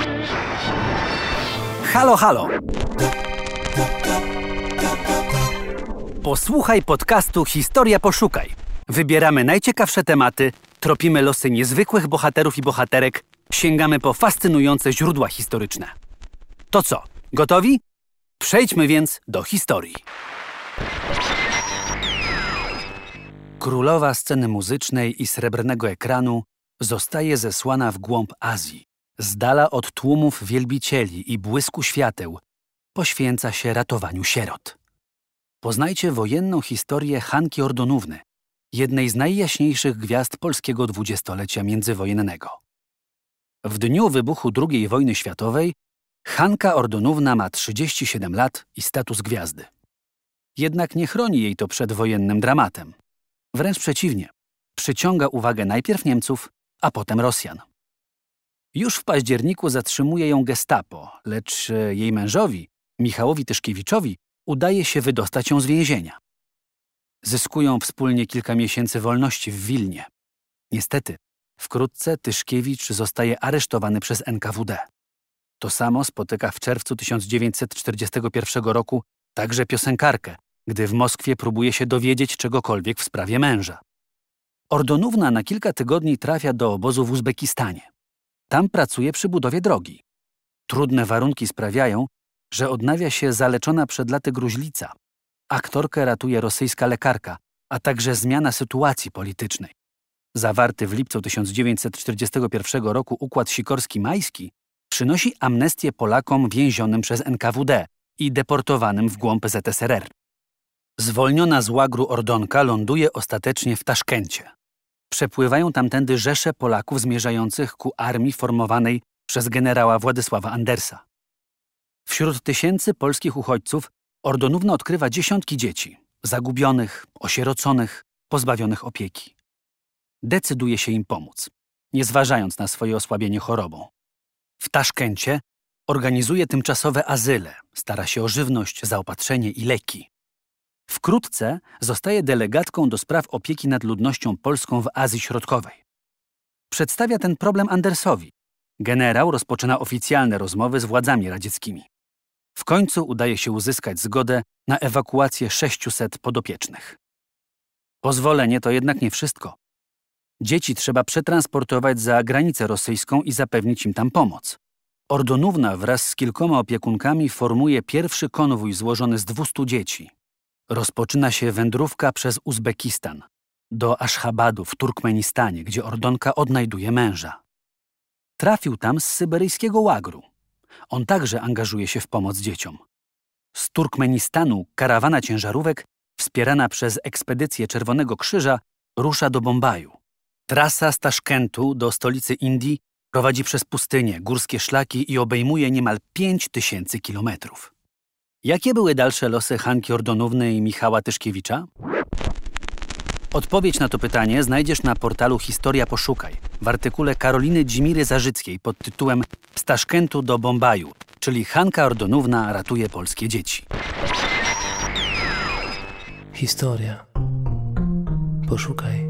Halo, halo! Posłuchaj podcastu Historia Poszukaj. Wybieramy najciekawsze tematy, tropimy losy niezwykłych bohaterów i bohaterek, sięgamy po fascynujące źródła historyczne. To co, gotowi? Przejdźmy więc do historii. Królowa sceny muzycznej i srebrnego ekranu zostaje zesłana w głąb Azji. Z dala od tłumów wielbicieli i błysku świateł poświęca się ratowaniu sierot. Poznajcie wojenną historię Hanki Ordonówny, jednej z najjaśniejszych gwiazd polskiego dwudziestolecia międzywojennego. W dniu wybuchu II wojny światowej Hanka Ordonówna ma 37 lat i status gwiazdy. Jednak nie chroni jej to przed wojennym dramatem. Wręcz przeciwnie, przyciąga uwagę najpierw Niemców, a potem Rosjan. Już w październiku zatrzymuje ją Gestapo, lecz jej mężowi, Michałowi Tyszkiewiczowi, udaje się wydostać ją z więzienia. Zyskują wspólnie kilka miesięcy wolności w Wilnie. Niestety, wkrótce Tyszkiewicz zostaje aresztowany przez NKWD. To samo spotyka w czerwcu 1941 roku także piosenkarkę, gdy w Moskwie próbuje się dowiedzieć czegokolwiek w sprawie męża. Ordonówna na kilka tygodni trafia do obozu w Uzbekistanie. Tam pracuje przy budowie drogi. Trudne warunki sprawiają, że odnawia się zaleczona przed laty gruźlica. Aktorkę ratuje rosyjska lekarka, a także zmiana sytuacji politycznej. Zawarty w lipcu 1941 roku układ Sikorski-Majski przynosi amnestię Polakom więzionym przez NKWD i deportowanym w głąb ZSRR. Zwolniona z łagru Ordonka ląduje ostatecznie w Taszkencie. Przepływają tamtędy rzesze Polaków zmierzających ku armii formowanej przez generała Władysława Andersa. Wśród tysięcy polskich uchodźców Ordonówna odkrywa dziesiątki dzieci, zagubionych, osieroconych, pozbawionych opieki. Decyduje się im pomóc, nie zważając na swoje osłabienie chorobą. W Taszkencie organizuje tymczasowe azyle, stara się o żywność, zaopatrzenie i leki. Wkrótce zostaje delegatką do spraw opieki nad ludnością polską w Azji Środkowej. Przedstawia ten problem Andersowi. Generał rozpoczyna oficjalne rozmowy z władzami radzieckimi. W końcu udaje się uzyskać zgodę na ewakuację 600 podopiecznych. Pozwolenie to jednak nie wszystko. Dzieci trzeba przetransportować za granicę rosyjską i zapewnić im tam pomoc. Ordonówna wraz z kilkoma opiekunkami formuje pierwszy konwój złożony z 200 dzieci. Rozpoczyna się wędrówka przez Uzbekistan do Aszchabadu w Turkmenistanie, gdzie Ordonka odnajduje męża. Trafił tam z syberyjskiego łagru. On także angażuje się w pomoc dzieciom. Z Turkmenistanu karawana ciężarówek, wspierana przez ekspedycję Czerwonego Krzyża, rusza do Bombaju. Trasa z Taszkentu do stolicy Indii prowadzi przez pustynie, górskie szlaki i obejmuje niemal 5000 kilometrów. Jakie były dalsze losy Hanki Ordonówny i Michała Tyszkiewicza? Odpowiedź na to pytanie znajdziesz na portalu Historia Poszukaj w artykule Karoliny Dzimiry-Zarzyckiej pod tytułem Z Taszkentu do Bombaju, czyli Hanka Ordonówna ratuje polskie dzieci. Historia. Poszukaj.